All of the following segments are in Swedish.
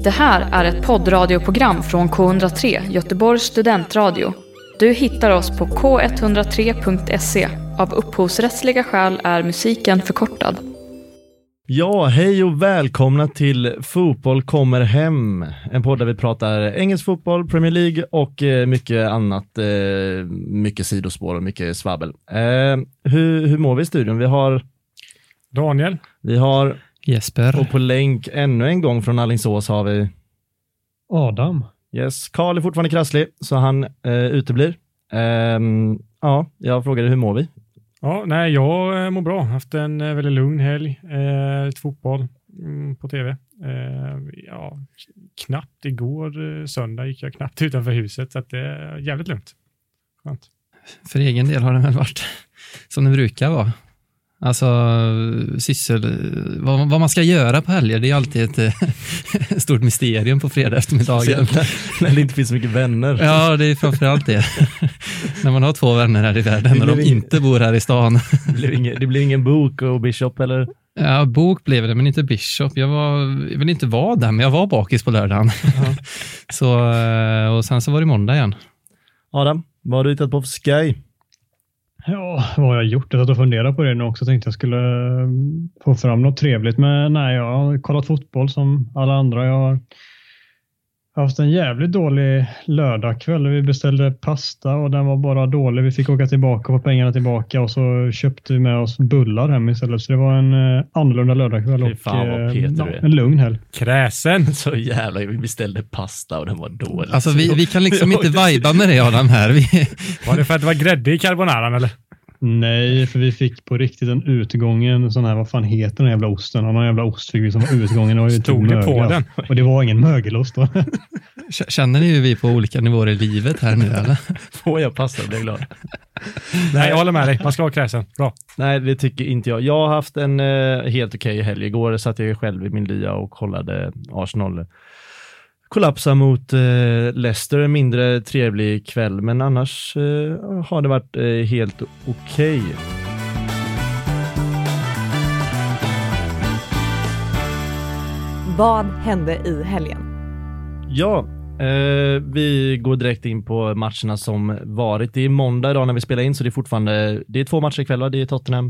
Det här är ett poddradioprogram från K103, Göteborgs studentradio. Du hittar oss på k103.se. Av upphovsrättsliga skäl är musiken förkortad. Ja, hej och välkomna till Fotboll kommer hem. En podd där vi pratar engelsk fotboll, Premier League och mycket annat. Mycket sidospår och mycket svabbel. Hur mår vi i studion? Vi har Daniel. Vi har Jesper. Och på länk ännu en gång från Alingsås har vi Adam. Yes, Karl är fortfarande krasslig så han uteblir. Ja, jag frågade hur mår vi? Ja, nej, jag mår bra. Haft en väldigt lugn helg. Lite fotboll på tv. Ja, knappt igår söndag gick jag knappt utanför huset så att det är jävligt lugnt. Skönt. För egen del har det väl varit som det brukar vara. Alltså vad man ska göra på helger, det är alltid ett stort mysterium på fredag eftermiddagen. När det inte finns så mycket vänner. Ja, det är framförallt det. När man har 2 vänner här i världen och de inte bor här i stan. Det blir ingen bok och Bishop eller? Ja, bok blev det, men inte Bishop. Jag vill inte vara där, men jag var bakis på lördagen. Så, och sen så var det måndag igen. Adam, vad har du hittat på för Sky? Ja, vad har jag gjort? Jag satt och funderade på det nu också. Tänkte jag skulle få fram något trevligt. Men nej, jag har kollat fotboll som alla andra. Jag har haft en jävligt dålig lördagkväll. Vi beställde pasta och den var bara dålig. Vi fick åka tillbaka och få pengarna tillbaka. Och så köpte vi med oss bullar hem istället. Så det var en annorlunda lördagkväll och en lugn helg. Kräsen! Så jävla, vi beställde pasta och den var dålig. Alltså vi kan liksom inte viba med det, Adam, här. Var det för att det var grädde i carbonaran eller? Nej, för vi fick på riktigt en utgången sån här, vad fan heter den jävla osten? Någon jävla ost fick vi som var utgången och stod det på den? Och det var ingen mögelost då. Känner ni ju vi på olika nivåer i livet här nu, eller? Får jag pasta och blir glad. Nej, jag håller med dig. Man ska ha kräsen. Bra. Nej, det tycker inte jag. Jag har haft en helt okej helg. Igår satt jag själv i min lya och kollade Arsenal kollapsa mot Leicester, en mindre trevlig kväll, men annars har det varit helt okej. Vad hände i helgen? Ja, vi går direkt in på matcherna som varit. Det är måndag idag när vi spelar in, så det är fortfarande 2 matcher ikväll, va? Det är Tottenham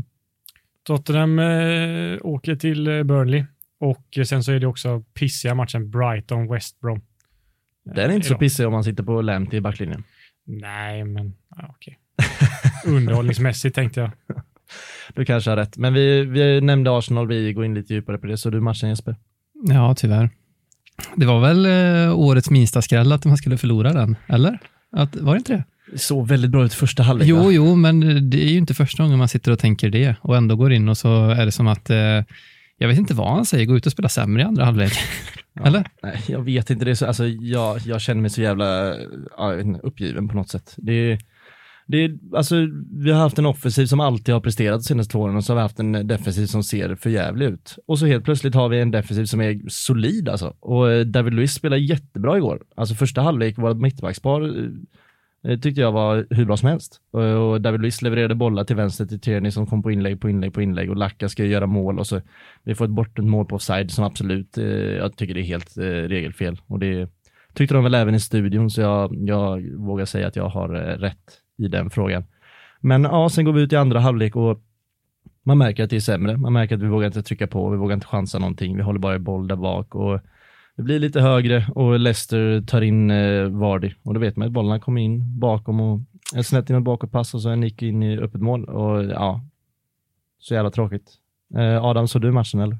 åker till Burnley. Och sen så är det också pissiga matchen Brighton-West Brom. Den är inte så pissig om man sitter på lämt i backlinjen. Nej, men okej. Underhållningsmässigt tänkte jag. Du kanske har rätt. Men vi nämnde Arsenal, vi går in lite djupare på det. Så du matchen, Jesper? Ja, tyvärr. Det var väl årets minsta skräll att man skulle förlora den, eller? Var det inte det? Det såg väldigt bra ut första halvlek. Jo, men det är ju inte första gången man sitter och tänker det. Och ändå går in och så är det som att... jag vet inte vad han säger, gå ut och spela sämre i andra halvlek. Eller? Nej, jag vet inte. Det är så, alltså, jag känner mig så jävla uppgiven på något sätt. Alltså, vi har haft en offensiv som alltid har presterat de senaste 2 åren, och så har vi haft en defensiv som ser för jävlig ut. Och så helt plötsligt har vi en defensiv som är solid alltså. Och David Luiz spelar jättebra igår. Alltså första halvlek var ett mittbackspar tyckte jag var hur bra som helst. Och David Luiz levererade bollar till vänster till Tierney som kom på inlägg och Lacka ska göra mål, och så vi får ett bortdömt mål på offside som absolut jag tycker det är helt regelfel, och det tyckte de väl även i studion, så jag vågar säga att jag har rätt i den frågan. Men ja, sen går vi ut i andra halvlek och man märker att det är sämre. Man märker att vi vågar inte trycka på, vi vågar inte chansa någonting, vi håller bara i boll där bak och det blir lite högre och Leicester tar in Vardy. Och då vet man att bollarna kommer in bakom och snett in med bakåtpass och så en nick in i öppet mål. Och ja, så jävla tråkigt. Adam, såg du matchen eller?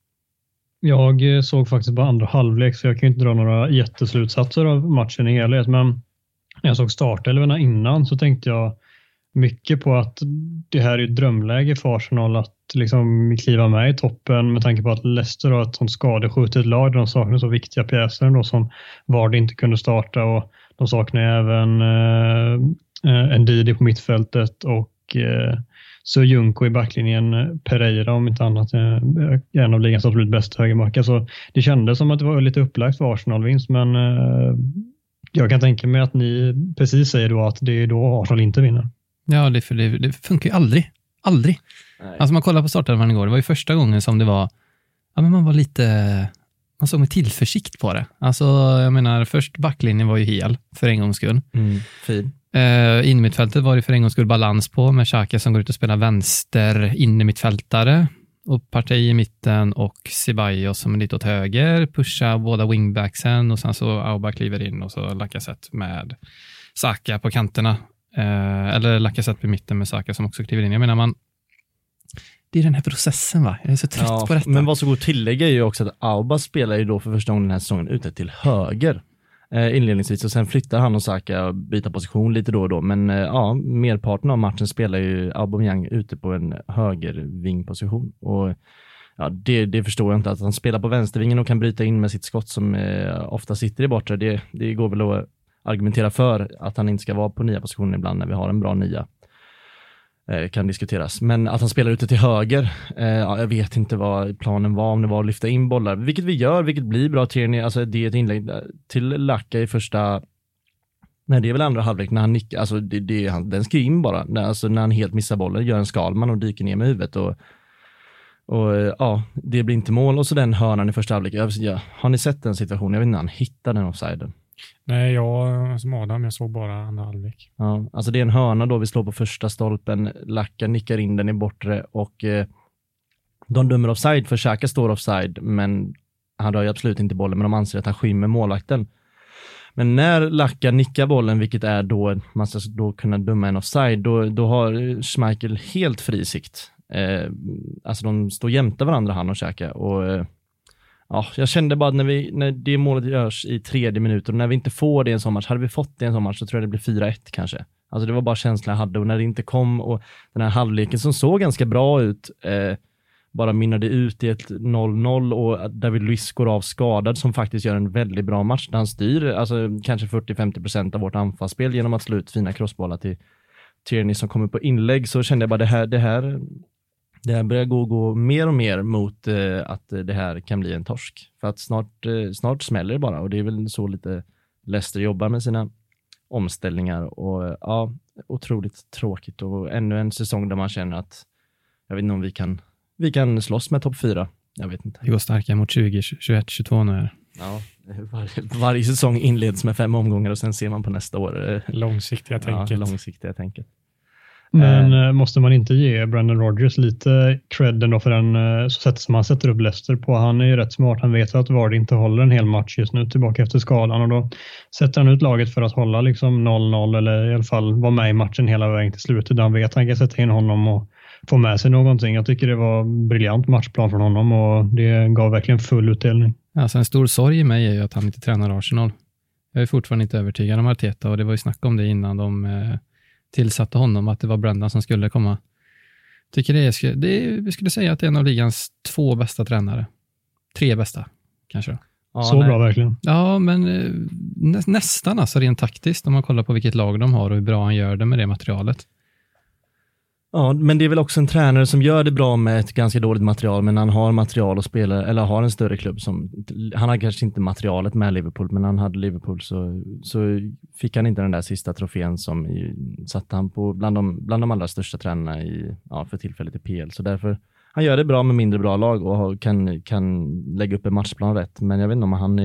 Jag såg faktiskt bara andra halvlek, så jag kan inte dra några jätteslutsatser av matchen i helhet. Men när jag såg startelvorna innan så tänkte jag mycket på att det här är ett drömläge för Arsenal att liksom kliva med i toppen, med tanke på att Leicester har ett sånt skadeskjutet lag där de saknar så viktiga pjäser då, som Vardy inte kunde starta, och de saknar även en Didi på mittfältet och så Junko i backlinjen, Pereira om inte annat, en av ligans absolut bästa högerbackar. Så det kändes som att det var lite upplagt för Arsenal-vinst, men jag kan tänka mig att ni precis säger då att det är då Arsenal inte vinner. Ja, det funkar ju aldrig. Aldrig. Nej. Alltså man kollar på startelvan igår, det var ju första gången som det var, ja men man var man såg med tillförsikt på det. Alltså, jag menar, först backlinjen var ju hel för en gångs skull. Fin. Innermittfältet var det för en gångs skull balans på med Xhaka som går ut och spelar vänster innermittfältare och Partey i mitten och Ceballos som är lite åt höger, pusha båda wingbacksen och sen så Auba kliver in och så Lacazette med Saka på kanterna. Eller Lacazette på mitten med Saka som också kliver in. Jag menar, det är den här processen, va? Jag är så trött på detta. Men vad så går tillägga är ju också att Auba spelar ju då för första gången den här säsongen ute till höger inledningsvis och sen flyttar han och Saka och byter position lite då och då. Men merparten av matchen spelar ju Aubameyang ute på en högervingposition och det förstår jag inte, att han spelar på vänstervingen och kan bryta in med sitt skott som ofta sitter i bortre. Det går väl att argumentera för att han inte ska vara på nya positioner ibland när vi har en bra nia. Kan diskuteras. Men att han spelar ute till höger, jag vet inte vad planen var, om det var att lyfta in bollar, vilket vi gör, vilket blir bra. Tierney, alltså det är ett inlägg till Lacka i första, nej det är väl andra halvlek när han nickar, alltså den ska in bara, när han helt missar bollen, gör en Skalman och dyker ner med huvudet och det blir inte mål och så den hörnan i första halvlek. Har ni sett den situationen? Jag vet inte, han hittar den offsiden. Nej, jag som Adam, jag såg bara andra halvlek. Ja, alltså det är en hörna då vi slår på första stolpen, Lacka nickar in den i bortre och de dömer offside för Xhaka står offside, men han rör ju absolut inte bollen, men de anser att han skymmer målvakten. Men när Lacka nickar bollen, vilket är då man ska då kunna döma en offside, då har Schmeichel helt fri sikt. Alltså de står jämte varandra, han och Xhaka, och jag kände bara när det målet görs i 3:e minuten och när vi inte får det i en sån match, hade vi fått det i en sån match så tror jag det blir 4-1 kanske. Alltså det var bara känslan jag hade, och när det inte kom och den här halvleken som såg ganska bra ut bara minnade ut i ett 0-0 och David Luiz går av skadad som faktiskt gör en väldigt bra match där han styr alltså kanske 40-50% av vårt anfallsspel genom att slå ut fina crossbollar till Tierney som kommer på inlägg, så kände jag bara det här börjar gå mer och mer mot att det här kan bli en torsk. För att snart smäller det bara. Och det är väl så lite Leicester jobbar med sina omställningar. Och otroligt tråkigt. Och ännu en säsong där man känner att jag vet inte om vi kan slåss med topp 4. Jag vet inte. Vi går starka mot 20, 21, 22 nu här. Ja, varje säsong inleds med 5 omgångar och sen ser man på nästa år. Långsiktiga tänket. Men måste man inte ge Brendan Rodgers lite credden då för den sätt som han sätter upp Leicester på? Han är ju rätt smart. Han vet att Vardy inte håller en hel match just nu tillbaka efter skadan, och då sätter han ut laget för att hålla liksom 0-0 eller i alla fall vara med i matchen hela vägen till slutet. Han vet att han kan sätta in honom och få med sig någonting. Jag tycker det var en briljant matchplan från honom och det gav verkligen full utdelning. Alltså en stor sorg i mig är ju att han inte tränar Arsenal. Jag är fortfarande inte övertygad om Arteta, och det var ju snack om det innan de tillsatte honom, att det var Brendan som skulle komma. Tycker vi skulle säga att det är en av ligans 2 bästa tränare. 3 bästa, kanske. Ja, så bra verkligen. Ja, men nästan alltså rent taktiskt om man kollar på vilket lag de har och hur bra han gör det med det materialet. Ja, men det är väl också en tränare som gör det bra med ett ganska dåligt material, men han har material att spela, eller har en större klubb som, han har kanske inte materialet med Liverpool, men han hade Liverpool så fick han inte den där sista trofén som satte han på bland de allra största tränarna för tillfället i PL, så därför han gör det bra med mindre bra lag och kan lägga upp en matchplan rätt, men jag vet inte om han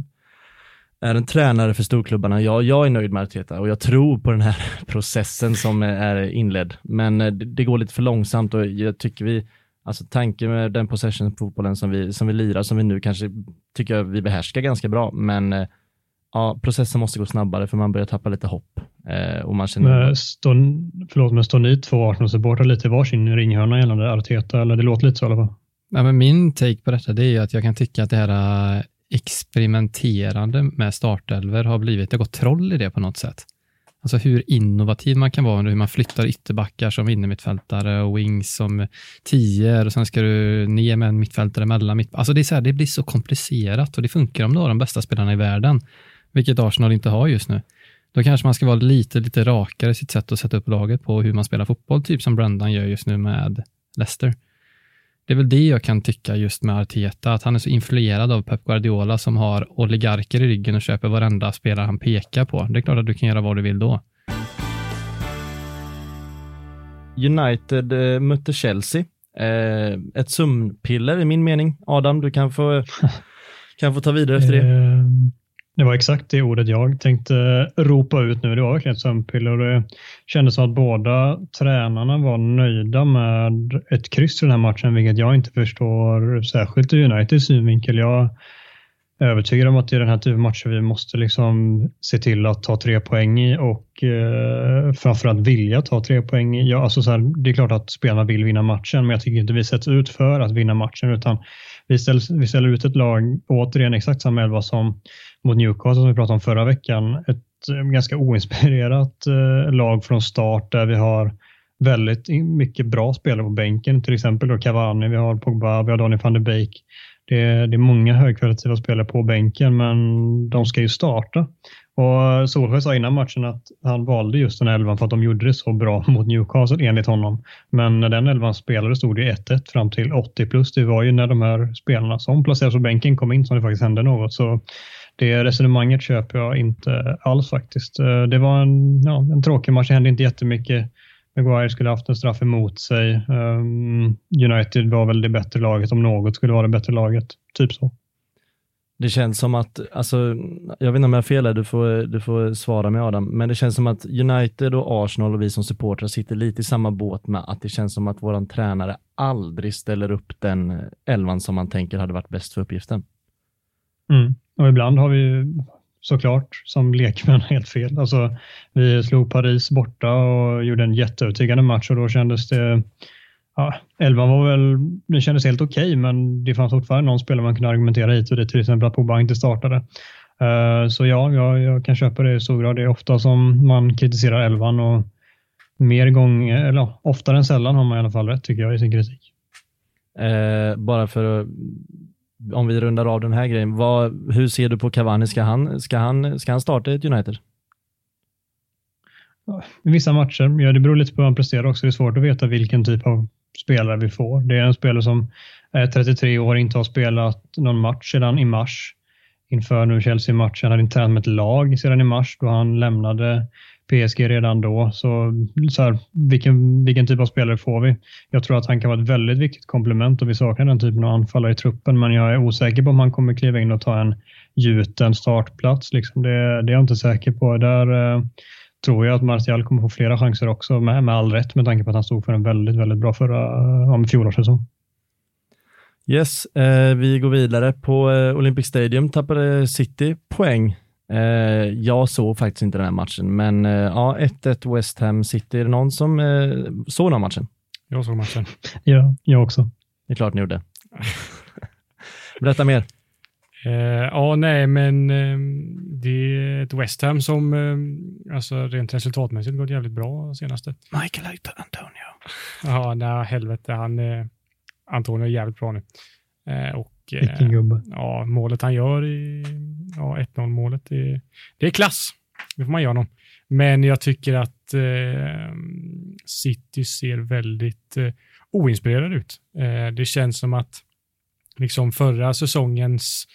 är en tränare för storklubbarna. Jag är nöjd med Arteta och jag tror på den här processen som är inledd. Men det går lite för långsamt och jag tycker tanken med den possession-fotbollen som vi lirar, som vi nu kanske tycker vi behärskar ganska bra. Men processen måste gå snabbare för man börjar tappa lite hopp. Och man känner... Står ni 2 Arsenal-supportrar lite i varsin ringhörna gällande Arteta? Eller det låter lite så i alla fall. Ja, men min take på detta det är ju att jag kan tycka att det här experimenterande med startelver har gått troll i det på något sätt. Alltså hur innovativ man kan vara, hur man flyttar ytterbackar som innermittfältare och wings som 10 och sen ska du ner med en mittfältare mellan alltså det är så här, det blir så komplicerat och det funkar om du har de bästa spelarna i världen, vilket Arsenal inte har just nu. Då kanske man ska vara lite rakare i sitt sätt att sätta upp laget på hur man spelar fotboll, typ som Brendan gör just nu med Leicester. Det är väl det jag kan tycka just med Arteta, att han är så influerad av Pep Guardiola som har oligarker i ryggen och köper varenda spelare han pekar på. Det är klart att du kan göra vad du vill då. United mötte Chelsea. Ett sömnpiller i min mening. Adam, du kan få Kan få ta vidare efter det. Det var exakt det ordet jag tänkte ropa ut nu. Det var verkligen ett sömnpiller och det kändes som att båda tränarna var nöjda med ett kryss i den här matchen, vilket jag inte förstår särskilt ur Uniteds synvinkel. Jag är övertygad om att det är den här typen av matcher vi måste liksom se till att ta 3 poäng i och framförallt vilja ta 3 poäng i. Ja, alltså så här, det är klart att spelarna vill vinna matchen, men jag tycker inte vi sätts ut för att vinna matchen, utan vi ställer ut ett lag, återigen exakt samma elva som mot Newcastle som vi pratade om förra veckan. Ett ganska oinspirerat lag från start där vi har väldigt mycket bra spelare på bänken. Till exempel då Cavani, vi har Pogba, vi har Donny van de Beek. Det är många högkvalitativa spelare på bänken, men de ska ju starta. Och Solskjaer sa innan matchen att han valde just den här elvan för att de gjorde det så bra mot Newcastle enligt honom. Men när den elvan spelade stod det 1-1 fram till 80 plus. Det var ju när de här spelarna som placeras på bänken kom in som det faktiskt hände något. Så det resonemanget köper jag inte alls faktiskt. Det var en tråkig match, det hände inte jättemycket. Maguire skulle haft en straff emot sig. United var väl det bättre laget, om något skulle vara det bättre laget. Typ så. Det känns som att, alltså, jag vet inte om jag har fel, du får svara med Adam, men det känns som att United och Arsenal och vi som supportrar sitter lite i samma båt med att det känns som att våran tränare aldrig ställer upp den elvan som man tänker hade varit bäst för uppgiften. Och ibland har vi såklart som lekmän helt fel. Alltså, vi slog Paris borta och gjorde en jätteövertygande match och då kändes det, elvan var väl, det kändes helt okej, men det fanns fortfarande någon spelare man kunde argumentera hit och det till exempel att Pogba inte startade. Så jag kan köpa det i stor grad. Det är ofta som man kritiserar elvan och oftare än sällan har man i alla fall rätt, tycker jag, i sin kritik. Bara för att, om vi rundar av den här grejen, hur ser du på Cavani? Ska han starta i ett United? I vissa matcher, det beror lite på hur han presterar också. Det är svårt att veta vilken typ av spelare vi får. Det är en spelare som är 33 år, inte har spelat någon match sedan i mars. Inför nu Chelsea-matchen hade inte tränat med ett lag sedan i mars då han lämnade PSG redan då. Så här, vilken typ av spelare får vi? Jag tror att han kan vara ett väldigt viktigt komplement och vi saknar den typen av anfallare i truppen, men jag är osäker på om han kommer kliva in och ta en gjuten startplats. Liksom. Det är jag inte säker på. Där tror jag att Martial kommer få flera chanser också med all rätt, med tanke på att han stod för en väldigt, väldigt bra fjolårssäsong. Yes, vi går vidare. På Olympic Stadium tappade City poäng. Jag såg faktiskt inte den här matchen, men 1-1 West Ham City. Är det någon som såg den matchen? Jag såg matchen. Ja, jag också. Det är klart ni gjorde. Berätta mer. Men det är ett West Ham som alltså rent resultatmässigt gått jävligt bra senaste. Michael Antonio. Ja, helvete. Antonio är jävligt bra nu. Vilken gubbe. Ja, målet han gör i 1-0 målet, det är klass. Det får man göra honom. Men jag tycker att City ser väldigt oinspirerad ut. Det känns som att liksom förra säsongens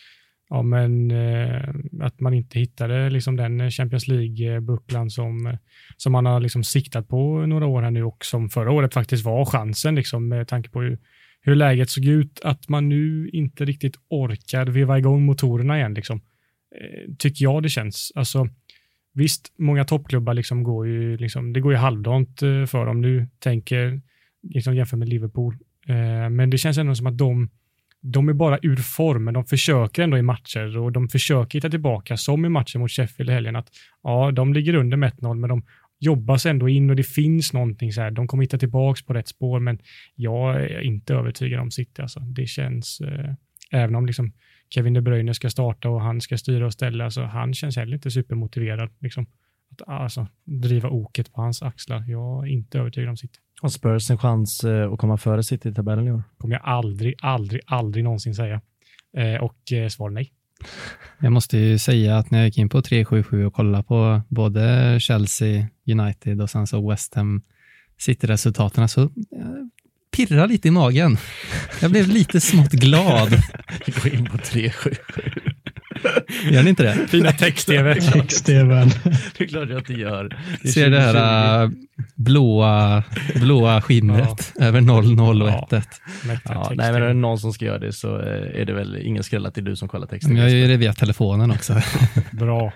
att man inte hittade liksom den Champions League-bucklan som man har liksom siktat på några år här nu, och som förra året faktiskt var chansen liksom, med tanke på hur läget såg ut, att man nu inte riktigt orkar veva igång motorerna igen liksom. Tycker jag det känns. Alltså, visst, många toppklubbar liksom går ju halvdant för dem nu, tänker liksom jämför med Liverpool. Men det känns ändå som att de är bara ur form, men de försöker ändå i matcher och de försöker hitta tillbaka, som i matchen mot Sheffield i helgen, att de ligger under med 1-0, men de jobbas ändå in och det finns någonting så här. De kommer hitta tillbaka på rätt spår, men jag är inte övertygad om City. Alltså. Det känns, även om liksom Kevin De Bruyne ska starta och han ska styra och ställa, så han känns heller inte supermotiverad liksom, att driva oket på hans axlar. Jag är inte övertygad om City. Har Spurs en chans att komma före City i tabellen i år? Kommer jag aldrig någonsin säga. Och svar nej. Jag måste ju säga att när jag gick in på 377 och kollade på både Chelsea, United och sen så West Ham City-resultaten, så pirrar lite i magen. Jag blev lite smått glad. Gå in på 377. Gör ni inte det? Fina text-tv. Text-tv. Det är klart jag inte gör. Ser det här blåa skimret över 0-0 och 1-1. Ja, nej, men är det någon som ska göra det så är det väl ingen skräll att det är du som kollar texten. Men jag gör det via telefonen också. Bra.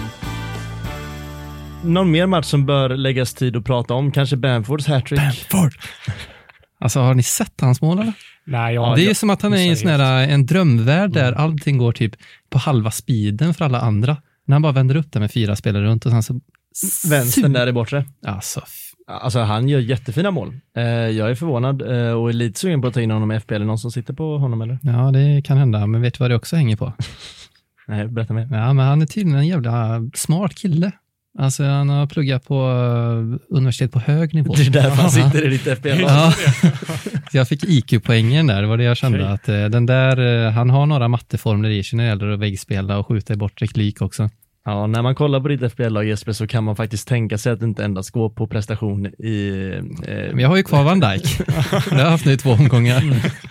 Någon mer match som bör läggas tid att prata om? Kanske Bamfords hattrick? Bamford! Alltså, har ni sett hans mål eller? Nej, det är ju som att han är i en drömvärld där allting går typ på halva speeden för alla andra. När han bara vänder upp det med 4 spelare runt och sen så... Vänstern där i bortre. Alltså, han gör jättefina mål. Jag är förvånad och är lite sugen på att ta in honom i FPL. Är det någon som sitter på honom eller? Ja, det kan hända. Men vet du vad det också hänger på? Nej, berätta mer. Ja, men han är tydligen en jävla smart kille. Alltså han har pluggat på universitet på hög nivå. Det är därför han sitter i ditt FPL. Ja. Så jag fick IQ-poängen där. Det var det jag kände. Att den där, han har några matteformler i sig när det gäller att väggspela och skjuta bort reklik också. Ja, när man kollar på ditt FPL-lag Jesper så kan man faktiskt tänka sig att det inte endast går på prestation i... Men jag har ju kvar Van Dijk. Det har jag haft nu i 2 omgångar.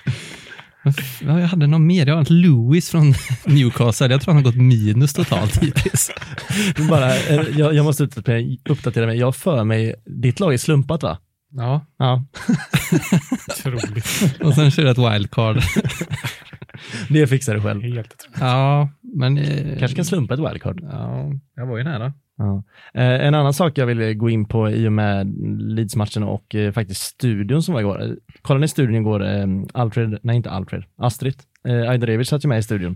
Ja, jag hade någon mer. Jag har en Lewis från Newcastle. Jag tror han har gått minus totalt hittills. Jag måste uppdatera mig. Jag för mig, ditt lag är slumpat va? Ja. Otroligt. Och sen kör jag ett wildcard. Det fixar du själv. Helt otroligt. Ja, men... Kanske kan slumpa ett wildcard. Ja, jag var ju nära. Ja. En annan sak jag vill gå in på i och med Leeds-matchen och faktiskt studion som var igår. Kollade ni studion igår? Astrid Ajdarevic satt ju med i studion.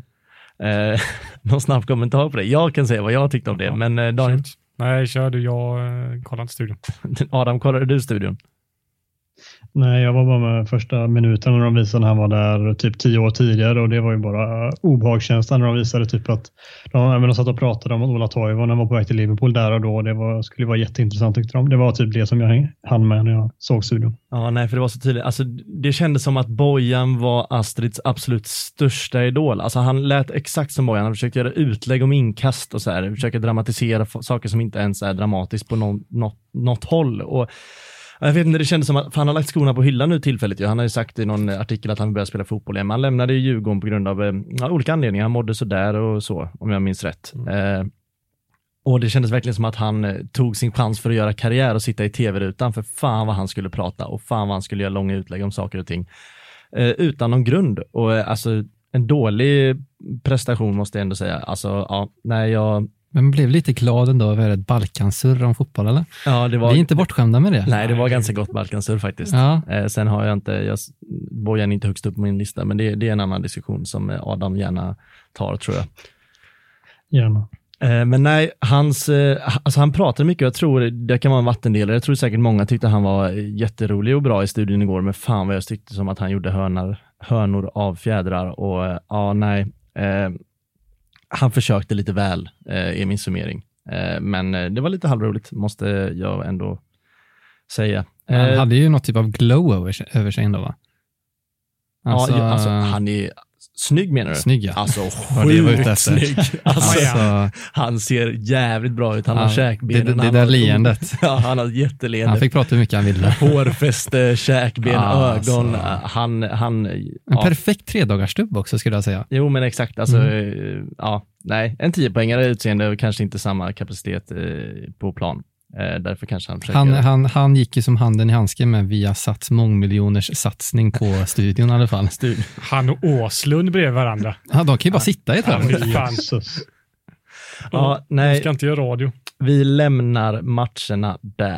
Någon snabb kommentar på det. Jag kan säga vad jag tyckte om det, men Daniel? Nej, kör du. Jag kollar inte studion. Adam, kollade du studion? Nej, jag var bara med första minuten när de visade när han var där typ 10 år tidigare och det var ju bara obehagskänslan när de visade typ att de satt och pratade om Ola Toivo när han var på väg till Liverpool där och då. Det skulle vara jätteintressant tyckte de. Det var typ det som jag hann med när jag såg studion. Ja, nej, för det var så tydligt. Alltså, det kändes som att Bojan var Astrids absolut största idol. Alltså han lät exakt som Bojan. Han försökte göra utlägg om inkast och så här. Försöka dramatisera saker som inte ens är dramatiskt på något håll. Och jag vet inte, det kändes som att han har lagt skorna på hyllan nu tillfälligt. Han har ju sagt i någon artikel att han vill börja spela fotboll igen. Han lämnade ju Djurgården på grund av olika anledningar. Han mådde så där och så, om jag minns rätt. Och det kändes verkligen som att han tog sin chans för att göra karriär och sitta i tv-rutan. För fan vad han skulle prata och fan vad han skulle göra långa utlägg om saker och ting. Utan någon grund. Och alltså en dålig prestation måste jag ändå säga. Alltså, ja, nej Men man blev lite glad ändå över ett Balkansurr om fotboll, eller? Ja, det var... Vi är inte bortskämda med det. Nej, det var ganska gott Balkansurr faktiskt. Ja. Sen har jag inte, Bojan inte högst upp på min lista, men det är en annan diskussion som Adam gärna tar, tror jag. Gärna. Men nej, han pratade mycket och jag tror det kan vara en vattendelare. Jag tror säkert många tyckte han var jätterolig och bra i studion igår, men fan vad jag tyckte som att han gjorde hörnor av fjädrar och ja, nej. Han försökte lite väl i min summering. Men det var lite halvroligt, måste jag ändå säga. Han hade ju något typ av glow över sig ändå, va? Alltså han är snygg menar du? Snygg, ja. Alltså sjukt snygg. Alltså, han ser jävligt bra ut. Han har käkbenen. Det där leendet. Ja, han har jätteleendet. Han fick prata hur mycket han ville. Hårfäste, käkben, ögon. En perfekt 3-dagarsstubb också skulle jag säga. Jo, men exakt. Alltså, nej. En 10-poängare utseende och kanske inte samma kapacitet på plan. Därför kanske han försöker... Han gick ju som handen i handsken med Viasats mångmiljoners satsning på studion i alla fall. Han och Åslund bredvid varandra. Ja, de kan ju bara sitta i ett hörn. Nej. De ska inte göra radio. Vi lämnar matcherna där.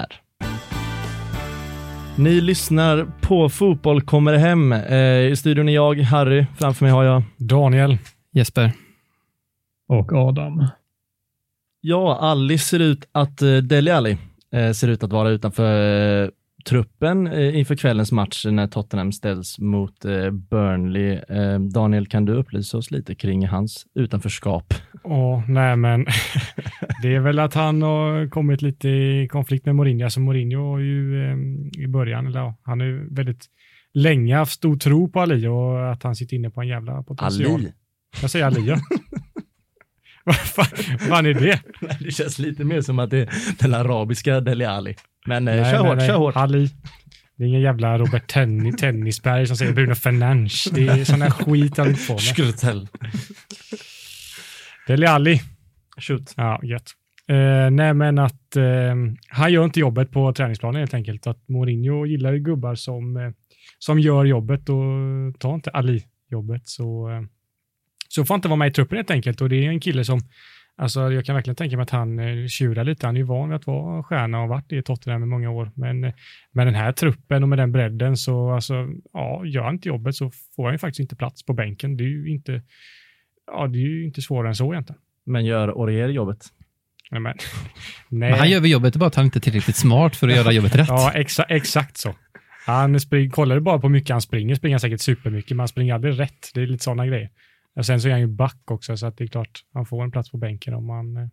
Ni lyssnar på Fotboll kommer hem. I studion är jag, Harry. Framför mig har jag Daniel. Jesper. Och Adam. Ja, Dele Alli ser ut att vara utanför truppen inför kvällens match när Tottenham ställs mot Burnley. Daniel, kan du upplysa oss lite kring hans utanförskap? Nej, men det är väl att han har kommit lite i konflikt med Mourinho. Alltså Mourinho har ju i början, han har ju väldigt länge haft stor tro på Ali och att han sitter inne på en jävla potential. Ali? Jag säger Ali, ja. Vad fan är det? Det känns lite mer som att det är den arabiska Dele Alli. Men kör hårt. Ali. Det är ingen jävla Robert Tennisberg som säger Bruno Fernandes. Det är sån här skit han inte får med. Skrutell. Dele Alli. Shoot. Ja, gött. Nej, men att han gör inte jobbet på träningsplanen helt enkelt. Att Mourinho gillar ju gubbar som gör jobbet och tar inte Ali-jobbet. Så får inte vara med i truppen helt enkelt. Och det är en kille som, alltså jag kan verkligen tänka mig att han tjurar lite. Han är ju van vid att vara stjärna och har varit i Tottenham i många år. Men med den här truppen och med den bredden så, alltså, ja, gör han inte jobbet så får han ju faktiskt inte plats på bänken. Det är ju inte svårare än så egentligen. Men gör Aurier jobbet? Nej. Men han gör väl jobbet, bara att han inte är tillräckligt smart för att göra jobbet rätt. Ja, exakt så. Han kollar bara på hur mycket han springer han säkert supermycket, men han springer aldrig rätt. Det är lite sådana grejer. Och sen så är han ju back också, så att det är klart han får en plats på bänken om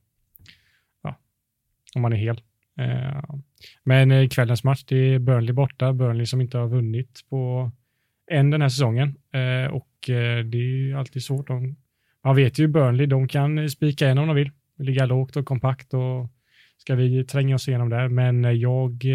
man är hel. Men kvällens match, det är Burnley borta. Burnley som inte har vunnit på den här säsongen. Och det är alltid svårt. Man vet ju Burnley, de kan spika en om de vill. Ligga lågt och kompakt och ska vi tränga oss igenom där. Men jag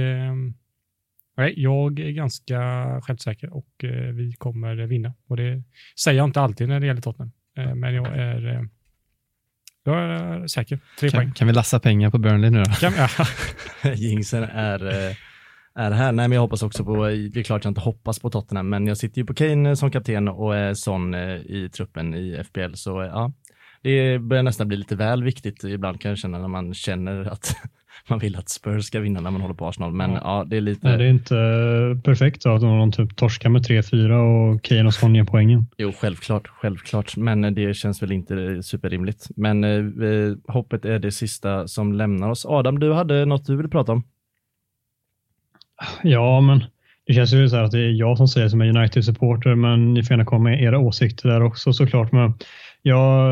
är ganska självsäker och vi kommer vinna. Och det säger jag inte alltid när det gäller Tottenham. Men jag är säker. 3 poäng. Kan vi lassa pengar på Burnley nu då? Jinxen är här. Nej, men jag hoppas också på, det är klart jag inte hoppas på Tottenham, men jag sitter ju på Kane som kapten och Son i truppen i FPL. Så ja, det börjar nästan bli lite väl viktigt ibland, kan jag känna, när man känner att man vill att Spurs ska vinna när man håller på Arsenal. Men ja, det är lite... Nej, det är inte perfekt att någon typ torskar med 3-4 och Kane och Son ger poängen. Jo, självklart. Men det känns väl inte superrimligt. Men hoppet är det sista som lämnar oss. Adam, du hade något du ville prata om? Ja, men det känns ju så här att det är jag som säger som är United-supporter, men ni får gärna komma med era åsikter där också såklart. Men jag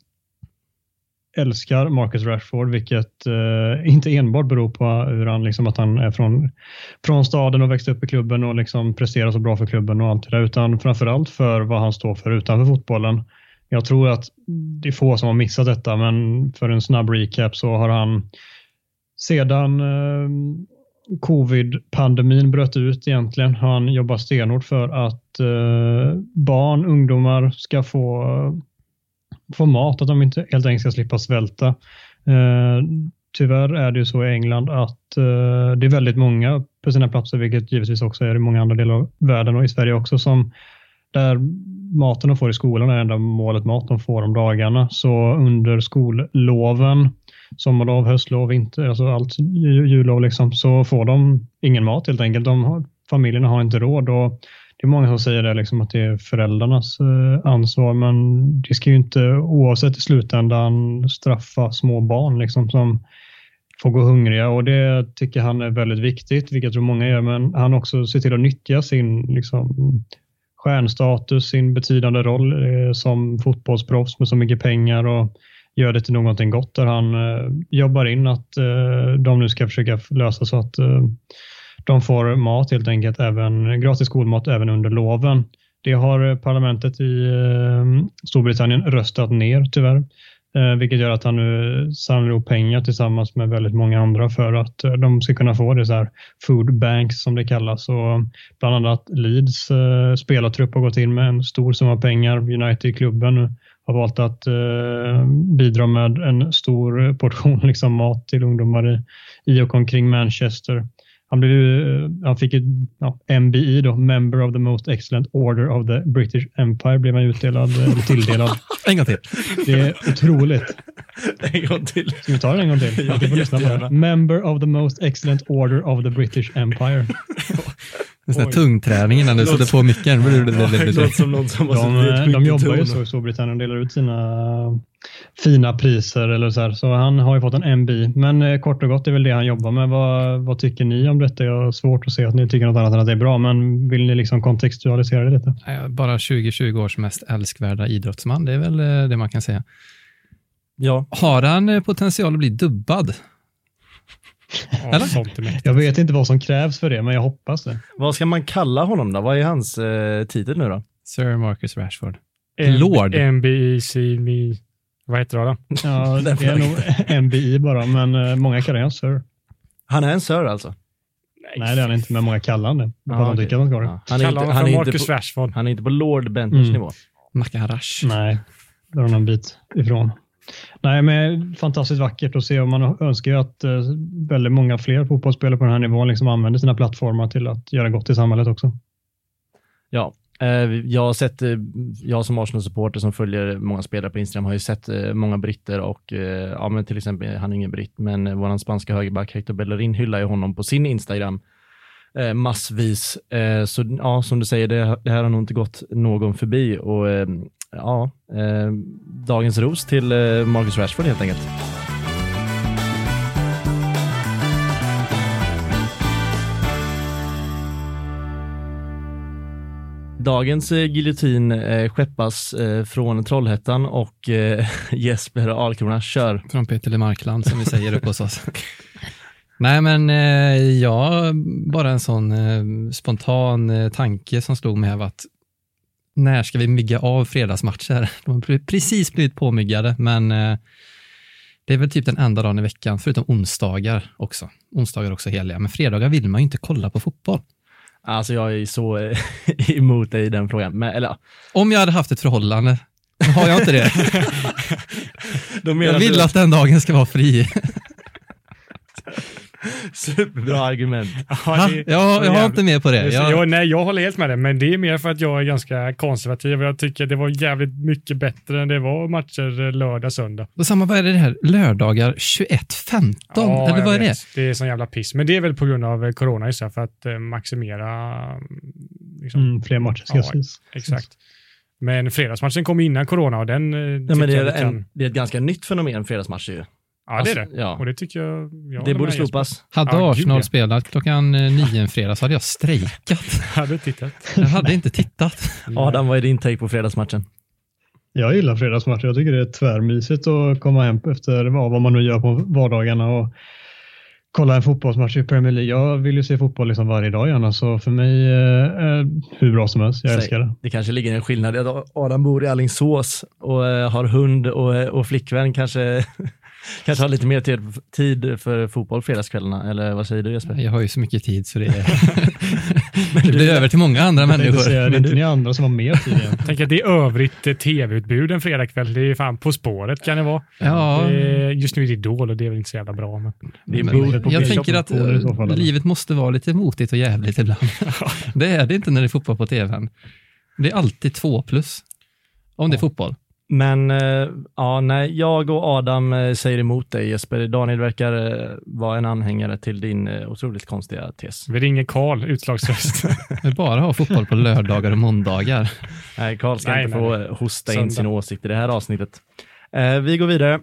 älskar Marcus Rashford, vilket inte enbart beror på hur han, liksom, att han är från staden och växte upp i klubben och liksom presterar så bra för klubben och allt det där, utan framförallt för vad han står för utanför fotbollen. Jag tror att det är få som har missat detta, men för en snabb recap så har han sedan covid-pandemin bröt ut egentligen, han jobbar stenhårt för att barn, ungdomar ska få mat, att de inte helt enkelt ska slippa svälta. Tyvärr är det ju så i England att det är väldigt många på sina platser, vilket givetvis också är i många andra delar av världen och i Sverige också, som där maten de får i skolan är enda målet mat de får om dagarna. Så under skolloven, sommarlov, höstlov, vinter, alltså allt jullov liksom, så får de ingen mat helt enkelt. Familjerna har inte råd, och det är många som säger det, liksom, att det är föräldrarnas ansvar, men det ska ju inte oavsett i slutändan straffa små barn liksom, som får gå hungriga, och det tycker han är väldigt viktigt, vilket jag tror många gör, men han också ser till att nyttja sin liksom, stjärnstatus, sin betydande roll som fotbollsproffs med så mycket pengar, och gör det till någonting gott där han jobbar in att de nu ska försöka lösa så att de får mat helt enkelt, även gratis skolmat även under loven. Det har parlamentet i Storbritannien röstat ner tyvärr, vilket gör att han nu samlar ihop pengar tillsammans med väldigt många andra för att de ska kunna få det så här food banks som det kallas, och bland annat Leeds spelartrupp har gått in med en stor summa pengar. United-klubben har valt att bidra med en stor portion liksom, mat till ungdomar i och omkring Manchester. Han fick ett MBE då, Member of the Most Excellent Order of the British Empire, blev han tilldelad. En gång till. Det är otroligt. En gång till. Ska vi ta den en gång till? Jag får lyssna på det. Member of the Most Excellent Order of the British Empire. En sån här tungträning innan du sätter på micken. De jobbar ju så i Storbritannien och delar ut sina fina priser eller så här. Så han har ju fått en MB. Men kort och gott är väl det han jobbar med. Vad tycker ni om detta? Jag har svårt att se att ni tycker något annat än att det är bra. Men vill ni liksom kontextualisera det lite? Bara 2020 års mest älskvärda idrottsman. Det är väl det man kan säga. Ja. Har han potential att bli dubbad? Eller? Jag vet inte vad som krävs för det, men jag hoppas det. Vad ska man kalla honom då? Vad är hans titel nu då? Sir Marcus Rashford. Lord. MBE, vad heter det då? Ja, det är nog MBE bara, men många kallar han Sir. Han är en Sir alltså? Nej, det är han inte, men många kallar han det. Han tycker att han ska det. Han är inte på Lord Bentners nivå. Makaharash. Nej, det är en bit ifrån. Nej, men fantastiskt vackert att se, och man önskar ju att väldigt många fler fotbollsspelare på den här nivån liksom använder sina plattformar till att göra gott i samhället också. Ja, jag har sett, jag som Arsenal-supporter som följer många spelare på Instagram har ju sett många britter och ja, men till exempel, han är ingen britt, men våran spanska högerback Hector Bellerin hyllar ju honom på sin Instagram massvis. Så ja, som du säger, det här har nog inte gått någon förbi, och ja, dagens ros till Marcus Rashford helt enkelt. Dagens giljotin skeppas från Trollhättan och Jesper Alkrona kör. Från Peter Lemarkland som vi säger upp hos oss. Nej, men bara en sån spontan tanke som slog mig av att när ska vi mygga av fredagsmatcher? De har precis blivit påmyggade, men det är väl typ den enda dagen i veckan, förutom onsdagar också. Onsdagar också heliga, men fredagar vill man ju inte kolla på fotboll. Alltså jag är så emot dig i den frågan. Men, eller, om jag hade haft ett förhållande, har jag inte det. Jag vill att den dagen ska vara fri. Superbra argument. Jag har inte med på det. Jag håller helt med det, men det är mer för att jag är ganska konservativ och jag tycker det var jävligt mycket bättre än det var matcher lördag, söndag. Och samma, vad är det här? Lördagar 21:15? Ja, eller vad är det? Det är sån jävla piss. Men det är väl på grund av corona just för att maximera liksom. Fler matcher ska ses. Exakt. Men fredagsmatchen kom innan corona och den ja, men det är ett ganska nytt fenomen, fredagsmatcher ju. Ja, det är det. Ja. Och det tycker jag det borde slopas. Hade Arsenal spelat klockan 9 en fredag så hade jag strejkat. Jag hade inte tittat. Adam, vad är din take på fredagsmatchen? Jag gillar fredagsmatcher. Jag tycker det är tvärmysigt att komma hem efter vad man nu gör på vardagarna och kolla en fotbollsmatch i Premier League. Jag vill ju se fotboll liksom varje dag gärna, så för mig är hur bra som helst. Jag älskar det. Det kanske ligger en skillnad att Adam bor i Alingsås och har hund och flickvän kanske har lite mer tid för fotboll fredagskvällarna, eller vad säger du, Jesper? Jag har ju så mycket tid så det det blir över till många andra människor. Det är inte ni andra som har mer tid igen. Tänk att det är övrigt tv-utbud en fredagkväll. Det är fan På spåret kan det vara. Ja. Just nu är det Idol och det är väl inte så jävla bra. Men jag tänker att livet måste vara lite motigt och jävligt ibland. Det är det inte när det är fotboll på tvn. Det är alltid 2+. Om det är fotboll. Men ja, nej, jag och Adam säger emot dig, Jesper. Daniel verkar vara en anhängare till din otroligt konstiga tes. Vi ringer Karl, utslagsröst. Vi bara har fotboll på lördagar och måndagar. Nej, Karl ska inte få hosta in sin åsikt i det här avsnittet. Vi går vidare.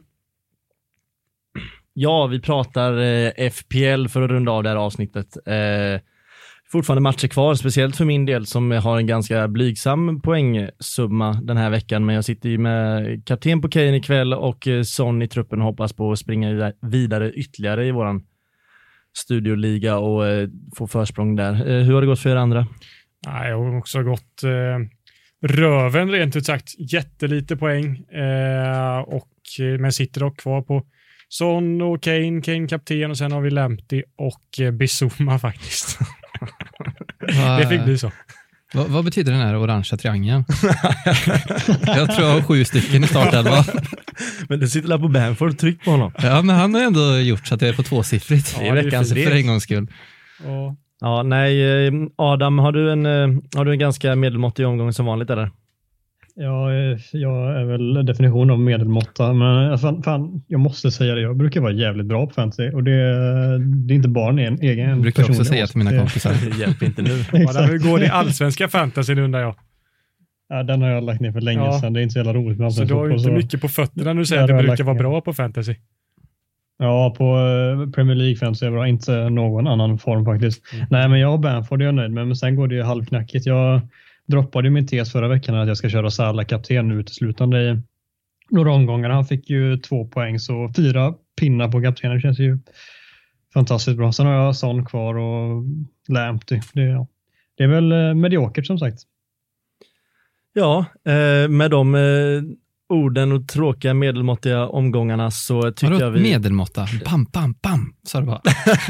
Ja, vi pratar FPL för att runda av det här avsnittet. Fortfarande matcher kvar, speciellt för min del som har en ganska blygsam poängsumma den här veckan, men jag sitter ju med kapten på Kane ikväll och Son i truppen, hoppas på att springa vidare ytterligare i våran studioliga och få försprång där. Hur har det gått för er andra? Jag har också gått röven rent ut sagt, jättelite poäng men sitter dock kvar på Son och Kane kapten, och sen har vi Lamptey och Bissouma faktiskt. Det fick bli så. Vad betyder den här orangea triangeln? Jag tror jag har 7 stycken i startelva. Men det sitter där på Bamford, tryck på honom. Ja, men han har ändå gjort så att det är på 2-siffrigt. Det är veckans för en gångs skull. Ja, nej, Adam, har du en ganska medelmåttig omgång som vanligt eller? Ja, jag är väl definition av medelmåtta, men fan, jag måste säga det. Jag brukar vara jävligt bra på fantasy och det är inte bara en egen person. Brukar jag också säga till mina kompisar. Det hjälper inte nu. Hur går det i allsvenska fantasy, undrar jag? Ja, den har jag lagt ner för länge sedan. Det är inte så jävla roligt med allsvenska. Så du har inte mycket på fötterna nu säger att du brukar vara bra på fantasy? Ja, på Premier League fantasy är jag bra. Inte någon annan form faktiskt. Nej, men jag har Bamford, är jag nöjd med. Men sen går det ju halvknackigt. Jag droppade min tes förra veckan att jag ska köra Salah kapten nu uteslutande i några omgångar. Han fick ju 2 poäng, så 4 pinnar på kaptenen. Det känns ju fantastiskt bra. Sen har jag Son kvar och Lamptey. Det är väl mediokert som sagt. Ja, med de orden och tråkiga medelmåttiga omgångarna så tycker jag vi... Medelmåtta? Bam, bam, bam, sa det bara.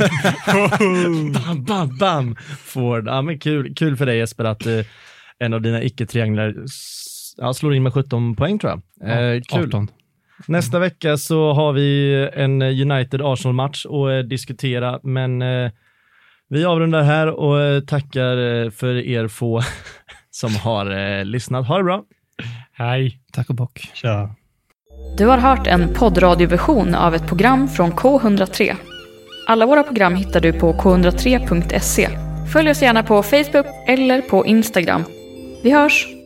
Bam, bam, bam. Ford. Ja, men kul för dig, Jesper, att en av dina icke-trianglar slår in med 17 poäng, tror jag. Kul. 18. Nästa vecka så har vi en United-Arsenal-match att diskutera, men vi avrundar här och tackar för er få som har lyssnat. Ha det bra! Hej! Tack och bock. Tja. Du har hört en poddradioversion av ett program från K103. Alla våra program hittar du på k103.se. Följ oss gärna på Facebook eller på Instagram. Vi hörs!